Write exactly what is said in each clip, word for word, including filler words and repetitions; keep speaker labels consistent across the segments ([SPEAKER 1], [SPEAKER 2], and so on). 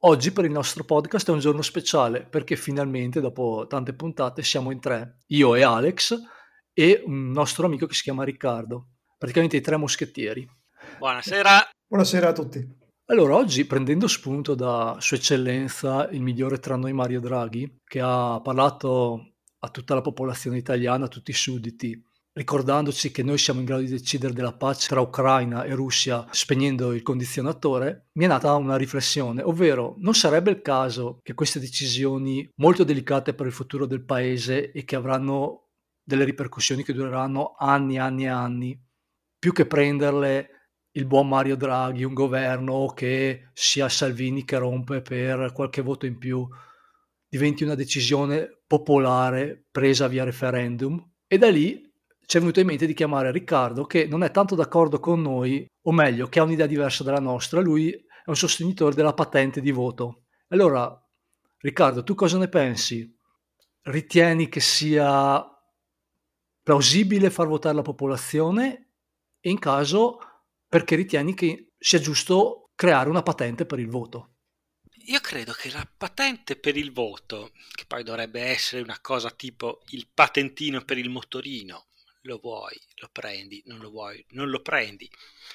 [SPEAKER 1] Oggi per il nostro podcast è un giorno speciale perché finalmente dopo tante puntate siamo in tre, io e Alex e un nostro amico che si chiama Riccardo, praticamente i tre moschettieri.
[SPEAKER 2] Buonasera.
[SPEAKER 3] Buonasera a tutti.
[SPEAKER 1] Allora, oggi prendendo spunto da Sua Eccellenza, il migliore tra noi Mario Draghi, che ha parlato a tutta la popolazione italiana, a tutti i sudditi, ricordandoci che noi siamo in grado di decidere della pace tra Ucraina e Russia spegnendo il condizionatore, mi è nata una riflessione, ovvero non sarebbe il caso che queste decisioni molto delicate per il futuro del paese e che avranno delle ripercussioni che dureranno anni, anni e anni, più che prenderle il buon Mario Draghi, un governo che sia Salvini che rompe per qualche voto in più, diventi una decisione popolare presa via referendum, e da lì ci è venuto in mente di chiamare Riccardo, che non è tanto d'accordo con noi, o meglio, che ha un'idea diversa dalla nostra. Lui è un sostenitore della patente di voto. Allora, Riccardo, tu cosa ne pensi? Ritieni che sia plausibile far votare la popolazione e in caso perché ritieni che sia giusto creare una patente per il voto?
[SPEAKER 2] Io credo che la patente per il voto, che poi dovrebbe essere una cosa tipo il patentino per il motorino, lo vuoi, lo prendi, non lo vuoi, non lo prendi.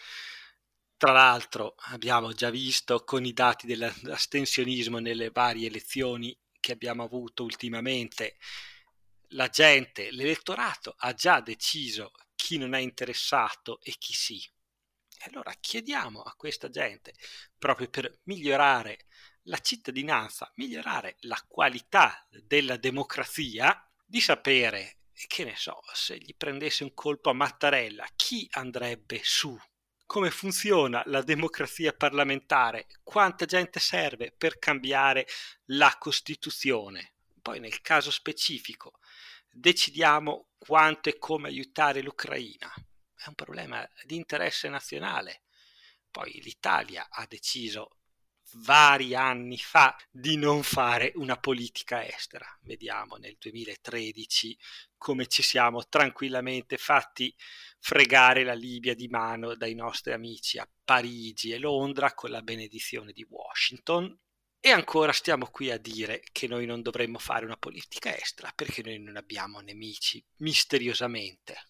[SPEAKER 2] Tra l'altro abbiamo già visto con i dati dell'astensionismo nelle varie elezioni che abbiamo avuto ultimamente, la gente, l'elettorato ha già deciso chi non è interessato e chi sì. E allora chiediamo a questa gente, proprio per migliorare la cittadinanza, migliorare la qualità della democrazia, di sapere, che ne so, se gli prendesse un colpo a Mattarella, chi andrebbe su? Come funziona la democrazia parlamentare? Quanta gente serve per cambiare la Costituzione? Poi nel caso specifico decidiamo quanto e come aiutare l'Ucraina. È un problema di interesse nazionale. Poi l'Italia ha deciso vari anni fa di non fare una politica estera. Vediamo nel duemilatredici come ci siamo tranquillamente fatti fregare la Libia di mano dai nostri amici a Parigi e Londra con la benedizione di Washington. E ancora stiamo qui a dire che noi non dovremmo fare una politica estera perché noi non abbiamo nemici, misteriosamente.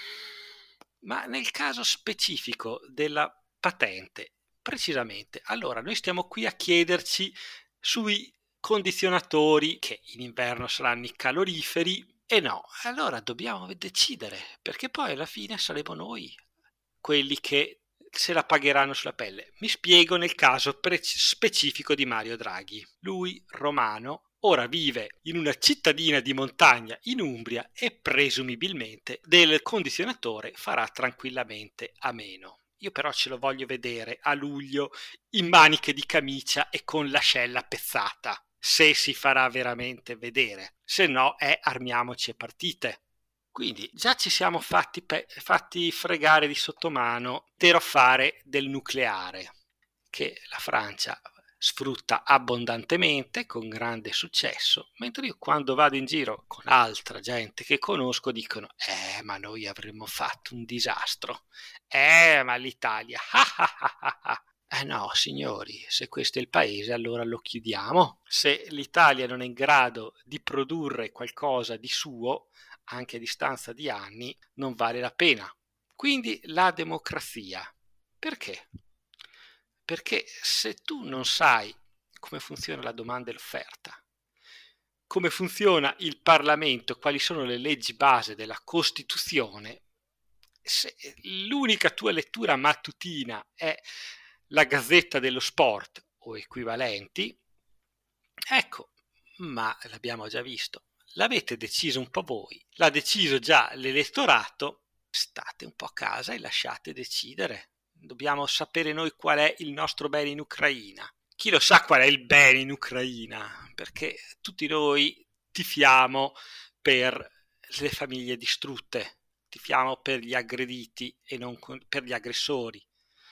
[SPEAKER 2] Ma nel caso specifico della patente, precisamente, allora noi stiamo qui a chiederci sui condizionatori, che in inverno saranno i caloriferi, e no, allora dobbiamo decidere, perché poi alla fine saremo noi quelli che se la pagheranno sulla pelle. Mi spiego nel caso pre- specifico di Mario Draghi. Lui, romano, ora vive in una cittadina di montagna in Umbria e presumibilmente del condizionatore farà tranquillamente a meno. Io però ce lo voglio vedere a luglio in maniche di camicia e con l'ascella pezzata, se si farà veramente vedere. Se no, è armiamoci e partite. Quindi già ci siamo fatti, pe- fatti fregare di sottomano per fare del nucleare, che la Francia sfrutta abbondantemente, con grande successo, mentre io quando vado in giro con altra gente che conosco dicono eh ma noi avremmo fatto un disastro, eh ma l'Italia, eh no signori, se questo è il paese allora lo chiudiamo. Se l'Italia non è in grado di produrre qualcosa di suo, anche a distanza di anni, non vale la pena. Quindi la democrazia. Perché? Perché se tu non sai come funziona la domanda e l'offerta, come funziona il Parlamento, quali sono le leggi base della Costituzione, se l'unica tua lettura mattutina è la Gazzetta dello Sport o equivalenti, ecco, ma l'abbiamo già visto, l'avete deciso un po' voi, l'ha deciso già l'elettorato, state un po' a casa e lasciate decidere. Dobbiamo sapere noi qual è il nostro bene in Ucraina. Chi lo sa qual è il bene in Ucraina? Perché tutti noi tifiamo per le famiglie distrutte, tifiamo per gli aggrediti e non per gli aggressori.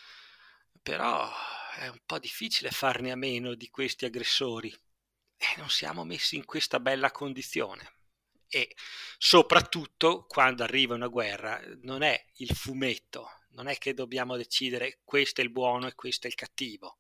[SPEAKER 2] Però è un po' difficile farne a meno di questi aggressori e non siamo messi in questa bella condizione. E soprattutto quando arriva una guerra non è il fumetto, non è che dobbiamo decidere questo è il buono e questo è il cattivo.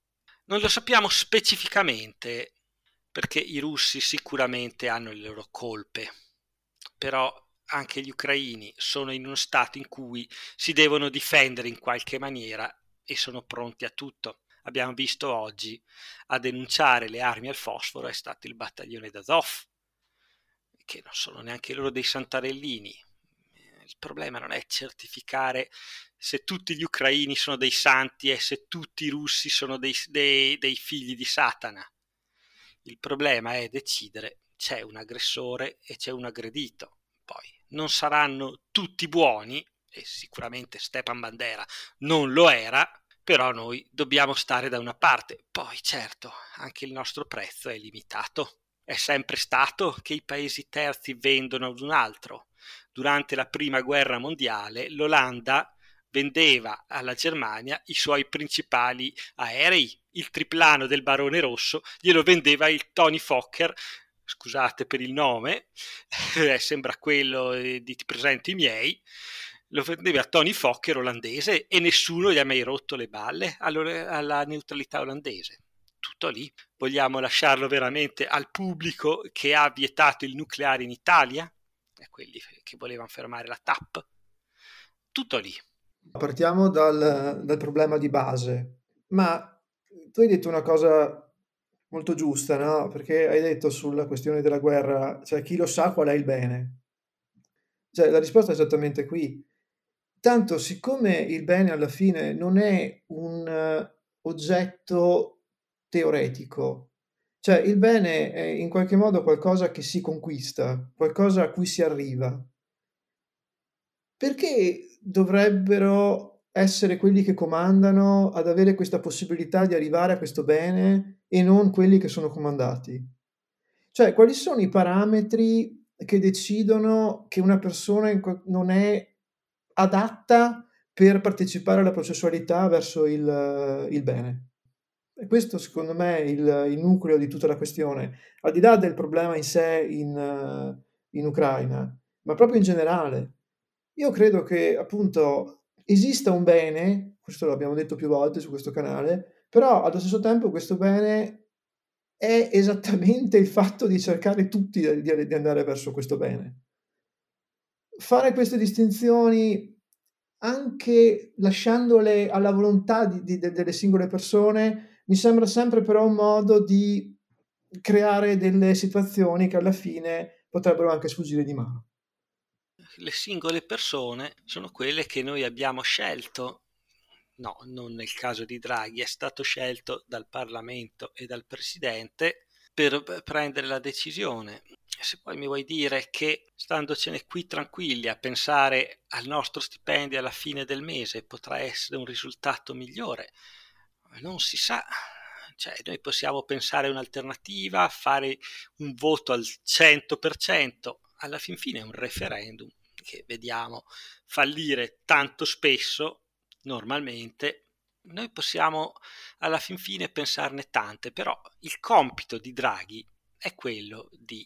[SPEAKER 2] Non lo sappiamo specificamente, perché i russi sicuramente hanno le loro colpe, però anche gli ucraini sono in uno stato in cui si devono difendere in qualche maniera e sono pronti a tutto. Abbiamo visto oggi a denunciare le armi al fosforo è stato il battaglione d'Azov, che non sono neanche loro dei santarellini. Il problema non è certificare se tutti gli ucraini sono dei santi e se tutti i russi sono dei, dei, dei figli di Satana. Il problema è decidere: c'è un aggressore e c'è un aggredito. Poi non saranno tutti buoni, e sicuramente Stepan Bandera non lo era, però noi dobbiamo stare da una parte. Poi certo, anche il nostro prezzo è limitato. È sempre stato che i paesi terzi vendono ad un altro. Durante la prima guerra mondiale l'Olanda vendeva alla Germania i suoi principali aerei. Il triplano del Barone Rosso glielo vendeva il Tony Fokker, scusate per il nome, eh, sembra quello di Ti presento i miei, lo vendeva a Tony Fokker olandese e nessuno gli ha mai rotto le balle alla neutralità olandese. Tutto lì. Vogliamo lasciarlo veramente al pubblico che ha vietato il nucleare in Italia? E quelli che volevano fermare la T A P? Tutto lì.
[SPEAKER 3] Partiamo dal, dal problema di base, ma tu hai detto una cosa molto giusta, no? Perché hai detto sulla questione della guerra, cioè chi lo sa qual è il bene? Cioè la risposta è esattamente qui. Tanto siccome il bene alla fine non è un uh, oggetto teoretico, cioè il bene è in qualche modo qualcosa che si conquista, qualcosa a cui si arriva. Perché dovrebbero essere quelli che comandano ad avere questa possibilità di arrivare a questo bene e non quelli che sono comandati? Cioè, quali sono i parametri che decidono che una persona in co- non è adatta per partecipare alla processualità verso il, il bene? E questo secondo me è il, il nucleo di tutta la questione, al di là del problema in sé in, eh, in Ucraina, ma proprio in generale. Io credo che appunto esista un bene, questo l'abbiamo detto più volte su questo canale, però allo stesso tempo questo bene è esattamente il fatto di cercare tutti di, di- di andare verso questo bene. Fare queste distinzioni anche lasciandole alla volontà di- di- de- delle singole persone mi sembra sempre però un modo di creare delle situazioni che alla fine potrebbero anche sfuggire di mano.
[SPEAKER 2] Le singole persone sono quelle che noi abbiamo scelto. No, non nel caso di Draghi, è stato scelto dal Parlamento e dal Presidente per prendere la decisione. Se poi mi vuoi dire che standocene qui tranquilli a pensare al nostro stipendio alla fine del mese potrà essere un risultato migliore, non si sa. Cioè, noi possiamo pensare a un'alternativa, fare un voto al cento per cento, alla fin fine è un referendum che vediamo fallire tanto spesso, normalmente. Noi possiamo alla fin fine pensarne tante, però il compito di Draghi è quello di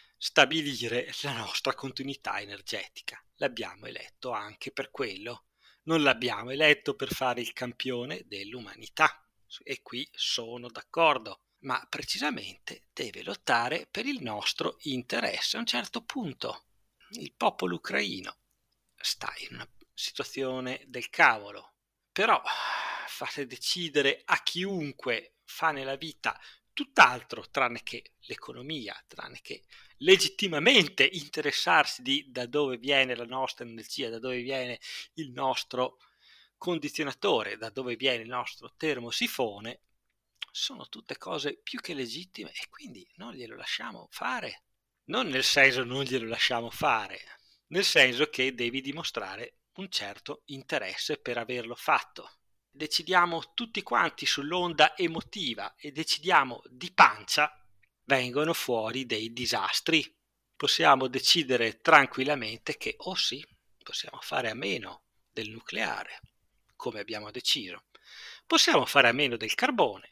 [SPEAKER 2] stabilire la nostra continuità energetica. L'abbiamo eletto anche per quello. Non l'abbiamo eletto per fare il campione dell'umanità. E qui sono d'accordo. Ma precisamente deve lottare per il nostro interesse. A un certo punto il popolo ucraino sta in una situazione del cavolo, però fate decidere a chiunque fa nella vita tutt'altro tranne che l'economia, tranne che legittimamente interessarsi di da dove viene la nostra energia, da dove viene il nostro condizionatore, da dove viene il nostro termosifone, sono tutte cose più che legittime e quindi non glielo lasciamo fare. Non nel senso non glielo lasciamo fare, nel senso che devi dimostrare un certo interesse per averlo fatto. Decidiamo tutti quanti sull'onda emotiva e decidiamo di pancia, vengono fuori dei disastri. Possiamo decidere tranquillamente che, oh sì, possiamo fare a meno del nucleare, come abbiamo deciso. Possiamo fare a meno del carbone.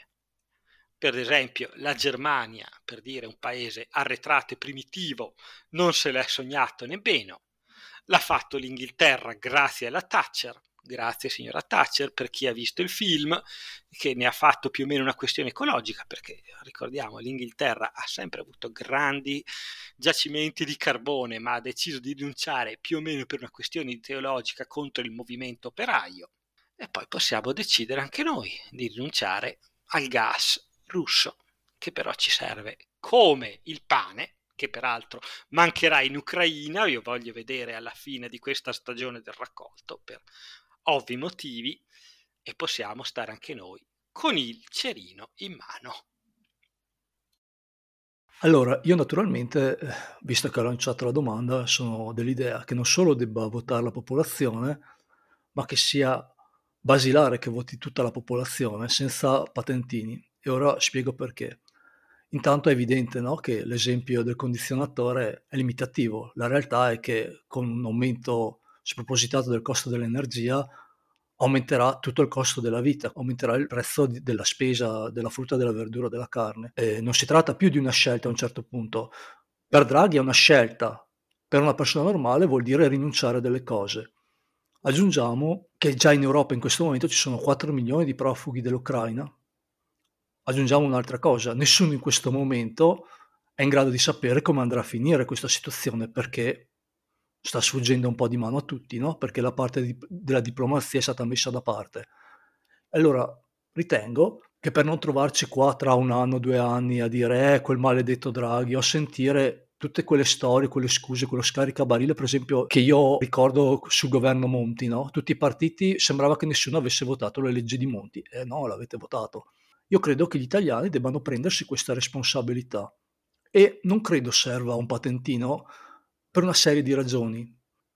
[SPEAKER 2] Per esempio, la Germania, per dire un paese arretrato e primitivo, non se l'è sognato nemmeno. L'ha fatto l'Inghilterra grazie alla Thatcher, grazie signora Thatcher, per chi ha visto il film, che ne ha fatto più o meno una questione ecologica, perché ricordiamo l'Inghilterra ha sempre avuto grandi giacimenti di carbone, ma ha deciso di rinunciare più o meno per una questione ideologica contro il movimento operaio. E poi possiamo decidere anche noi di rinunciare al gas russo, che però ci serve come il pane, che peraltro mancherà in Ucraina. Io voglio vedere alla fine di questa stagione del raccolto per ovvi motivi, e possiamo stare anche noi con il cerino in mano.
[SPEAKER 1] Allora, io naturalmente, eh, visto che ho lanciato la domanda, sono dell'idea che non solo debba votare la popolazione, ma che sia basilare che voti tutta la popolazione senza patentini. E ora spiego perché. Intanto è evidente, no, che l'esempio del condizionatore è limitativo. La realtà è che con un aumento spropositato del costo dell'energia aumenterà tutto il costo della vita, aumenterà il prezzo di- della spesa, della frutta, della verdura, della carne. E non si tratta più di una scelta a un certo punto. Per Draghi è una scelta, per una persona normale vuol dire rinunciare a delle cose. Aggiungiamo che già in Europa in questo momento ci sono quattro milioni di profughi dell'Ucraina. Aggiungiamo un'altra cosa, nessuno in questo momento è in grado di sapere come andrà a finire questa situazione, perché sta sfuggendo un po' di mano a tutti, no? Perché la parte di- della diplomazia è stata messa da parte. Allora ritengo che per non trovarci qua tra un anno, due anni a dire eh, quel maledetto Draghi, o a sentire tutte quelle storie, quelle scuse, quello scaricabarile, per esempio, che io ricordo sul governo Monti, no? Tutti i partiti, sembrava che nessuno avesse votato le leggi di Monti. Eh no, l'avete votato. Io credo che gli italiani debbano prendersi questa responsabilità e non credo serva un patentino per una serie di ragioni.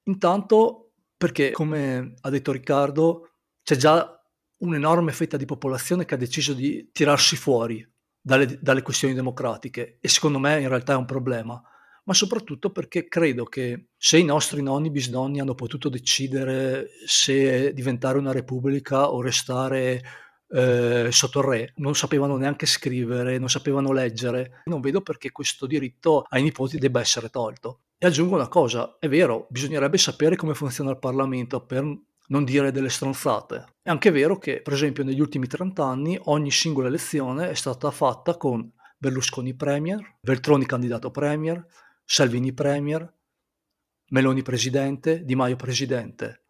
[SPEAKER 1] Intanto perché, come ha detto Riccardo, c'è già un'enorme fetta di popolazione che ha deciso di tirarsi fuori dalle, dalle questioni democratiche e secondo me in realtà è un problema, ma soprattutto perché credo che se i nostri nonni bisnonni hanno potuto decidere se diventare una repubblica o restare eh, sotto il re, non sapevano neanche scrivere, non sapevano leggere, non vedo perché questo diritto ai nipoti debba essere tolto. E aggiungo una cosa, è vero, bisognerebbe sapere come funziona il Parlamento per non dire delle stronzate. È anche vero che, per esempio, negli ultimi trenta anni ogni singola elezione è stata fatta con Berlusconi premier, Veltroni candidato premier, Salvini premier, Meloni presidente, Di Maio presidente.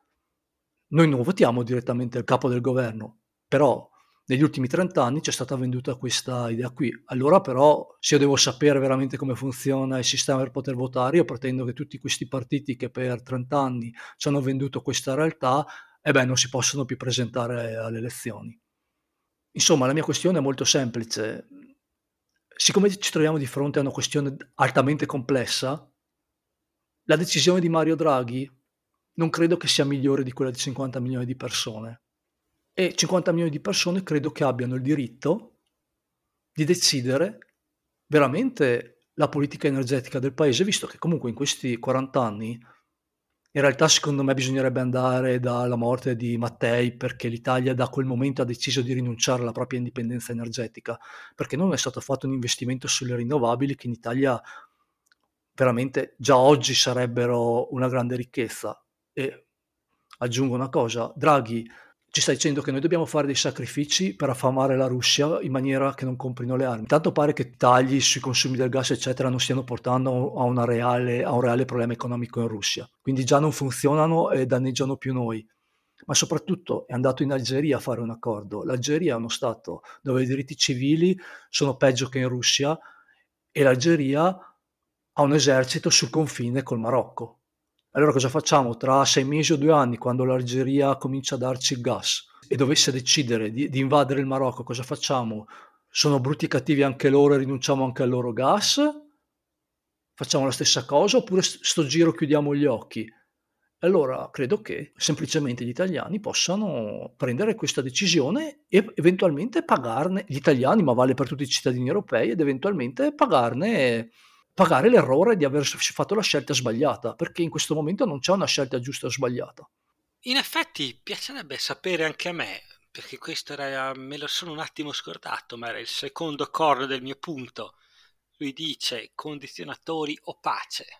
[SPEAKER 1] Noi non votiamo direttamente il capo del governo, però negli ultimi trenta anni c'è stata venduta questa idea qui. Allora però, se io devo sapere veramente come funziona il sistema per poter votare, io pretendo che tutti questi partiti che per trenta anni ci hanno venduto questa realtà, eh beh, non si possono più presentare alle elezioni. Insomma, la mia questione è molto semplice. Siccome ci troviamo di fronte a una questione altamente complessa, la decisione di Mario Draghi non credo che sia migliore di quella di cinquanta milioni di persone. E cinquanta milioni di persone credo che abbiano il diritto di decidere veramente la politica energetica del paese, visto che comunque in questi quaranta anni, in realtà secondo me bisognerebbe andare dalla morte di Mattei, perché l'Italia da quel momento ha deciso di rinunciare alla propria indipendenza energetica, perché non è stato fatto un investimento sulle rinnovabili che in Italia veramente già oggi sarebbero una grande ricchezza. E aggiungo una cosa, Draghi ci sta dicendo che noi dobbiamo fare dei sacrifici per affamare la Russia in maniera che non comprino le armi. Intanto pare che tagli sui consumi del gas eccetera non stiano portando a, una reale, a un reale problema economico in Russia, quindi già non funzionano e danneggiano più noi. Ma soprattutto è andato in Algeria a fare un accordo. L'Algeria è uno stato dove i diritti civili sono peggio che in Russia e l'Algeria ha un esercito sul confine col Marocco. Allora cosa facciamo? Tra sei mesi o due anni, quando l'Algeria comincia a darci il gas e dovesse decidere di, di invadere il Marocco, cosa facciamo? Sono brutti e cattivi anche loro e rinunciamo anche al loro gas? Facciamo la stessa cosa oppure sto giro chiudiamo gli occhi? Allora credo che semplicemente gli italiani possano prendere questa decisione e eventualmente pagarne, gli italiani, ma vale per tutti i cittadini europei, ed eventualmente pagarne, pagare l'errore di aver fatto la scelta sbagliata, perché in questo momento non c'è una scelta giusta o sbagliata.
[SPEAKER 2] In effetti piacerebbe sapere anche a me, perché questo era, me lo sono un attimo scordato, ma era il secondo core del mio punto. Lui dice condizionatori o pace.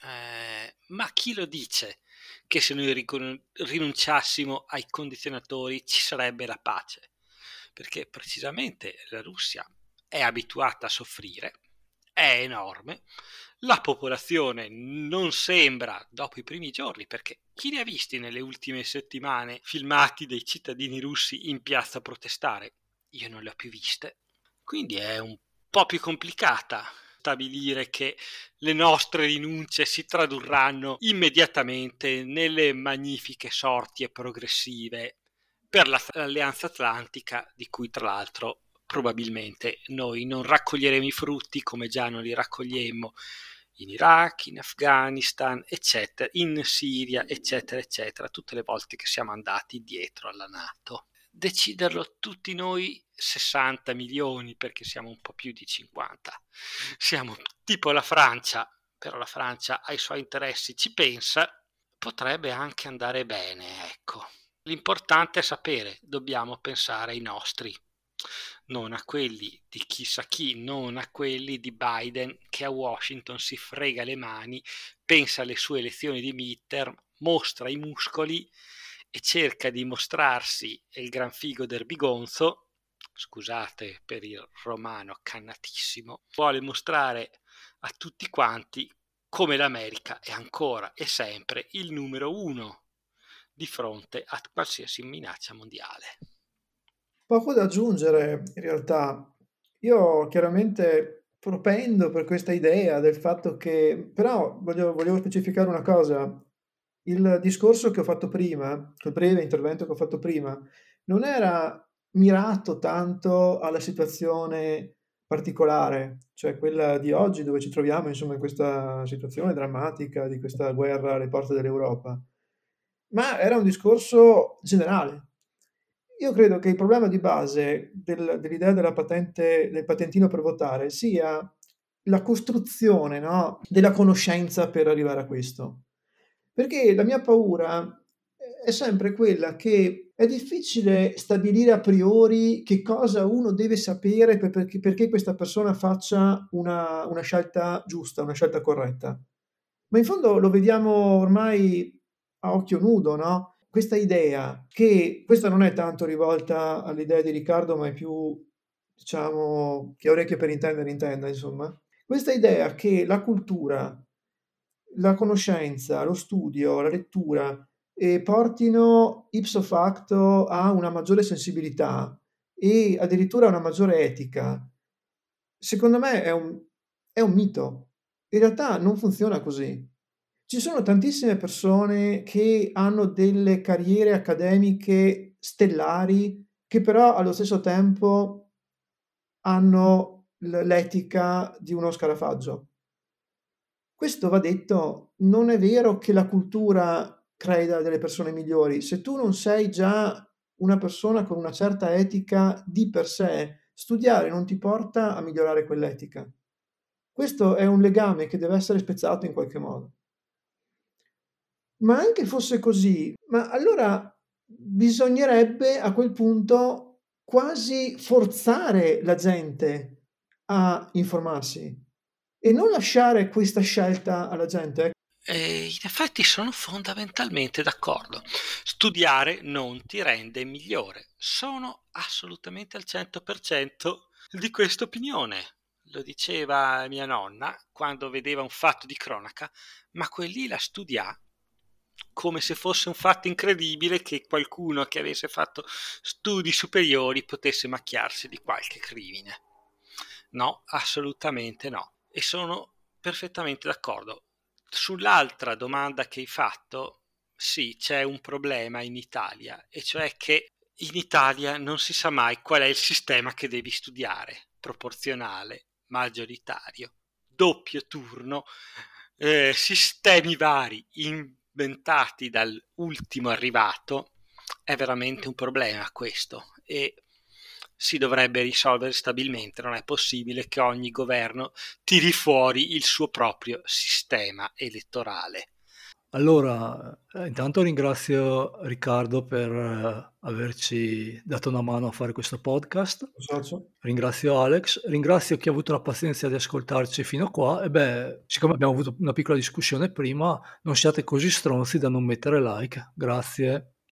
[SPEAKER 2] Eh, ma chi lo dice che se noi ricon- rinunciassimo ai condizionatori ci sarebbe la pace? Perché precisamente la Russia è abituata a soffrire, è enorme, la popolazione non sembra dopo i primi giorni, perché chi ne ha visti nelle ultime settimane filmati dei cittadini russi in piazza a protestare? Io non le ho più viste, quindi è un po' più complicata stabilire che le nostre rinunce si tradurranno immediatamente nelle magnifiche sorti e progressive per l'Alleanza Atlantica, di cui tra l'altro probabilmente noi non raccoglieremo i frutti come già non li raccogliemmo in Iraq, in Afghanistan, eccetera, in Siria, eccetera, eccetera, tutte le volte che siamo andati dietro alla NATO. Deciderlo tutti noi sessanta milioni, perché siamo un po' più di cinquanta. Siamo tipo la Francia, però la Francia ai suoi interessi ci pensa, potrebbe anche andare bene, ecco. L'importante è sapere, dobbiamo pensare ai nostri, non a quelli di chissà chi, non a quelli di Biden che a Washington si frega le mani, pensa alle sue elezioni di midterm, mostra i muscoli e cerca di mostrarsi il gran figo del bigonzo, scusate per il romano cannatissimo, vuole mostrare a tutti quanti come l'America è ancora e sempre il numero uno di fronte a qualsiasi minaccia mondiale.
[SPEAKER 3] Poco da aggiungere, in realtà. Io chiaramente propendo per questa idea del fatto che, però voglio, volevo specificare una cosa. Il discorso che ho fatto prima, quel breve intervento che ho fatto prima, non era mirato tanto alla situazione particolare, cioè quella di oggi dove ci troviamo, insomma, in questa situazione drammatica di questa guerra alle porte dell'Europa, ma era un discorso generale. Io credo che il problema di base del- dell'idea della patente, del patentino per votare sia la costruzione, no, della conoscenza per arrivare a questo. Perché la mia paura è sempre quella che è difficile stabilire a priori che cosa uno deve sapere per- perché, perché questa persona faccia una, una scelta giusta, una scelta corretta. Ma in fondo lo vediamo ormai a occhio nudo, no? Questa idea che, questa non è tanto rivolta all'idea di Riccardo, ma è più, diciamo, che orecchie per intendere intenda, insomma. Questa idea che la cultura, la conoscenza, lo studio, la lettura eh, portino ipso facto a una maggiore sensibilità e addirittura a una maggiore etica, secondo me è un, è un mito. In realtà non funziona così. Ci sono tantissime persone che hanno delle carriere accademiche stellari che però allo stesso tempo hanno l- l'etica di uno scarafaggio. Questo va detto, non è vero che la cultura crei delle persone migliori. Se tu non sei già una persona con una certa etica di per sé, studiare non ti porta a migliorare quell'etica. Questo è un legame che deve essere spezzato in qualche modo. Ma anche fosse così, ma allora bisognerebbe a quel punto quasi forzare la gente a informarsi e non lasciare questa scelta alla gente.
[SPEAKER 2] E in effetti sono fondamentalmente d'accordo. Studiare non ti rende migliore. Sono assolutamente al cento per cento di questa opinione. Lo diceva mia nonna quando vedeva un fatto di cronaca, ma quel lì la studià come se fosse un fatto incredibile che qualcuno che avesse fatto studi superiori potesse macchiarsi di qualche crimine. No, assolutamente no. E sono perfettamente d'accordo. Sull'altra domanda che hai fatto, sì, c'è un problema in Italia, e cioè che in Italia non si sa mai qual è il sistema che devi studiare, proporzionale, maggioritario, doppio turno, eh, sistemi vari inventati dall'ultimo arrivato. È veramente un problema questo e si dovrebbe risolvere stabilmente. Non è possibile che ogni governo tiri fuori il suo proprio sistema elettorale.
[SPEAKER 1] Allora, eh, intanto ringrazio Riccardo per eh, averci dato una mano a fare questo podcast.
[SPEAKER 3] Socio?
[SPEAKER 1] Ringrazio Alex, ringrazio chi ha avuto la pazienza di ascoltarci fino a qua e beh, siccome abbiamo avuto una piccola discussione prima, non siate così stronzi da non mettere like. Grazie.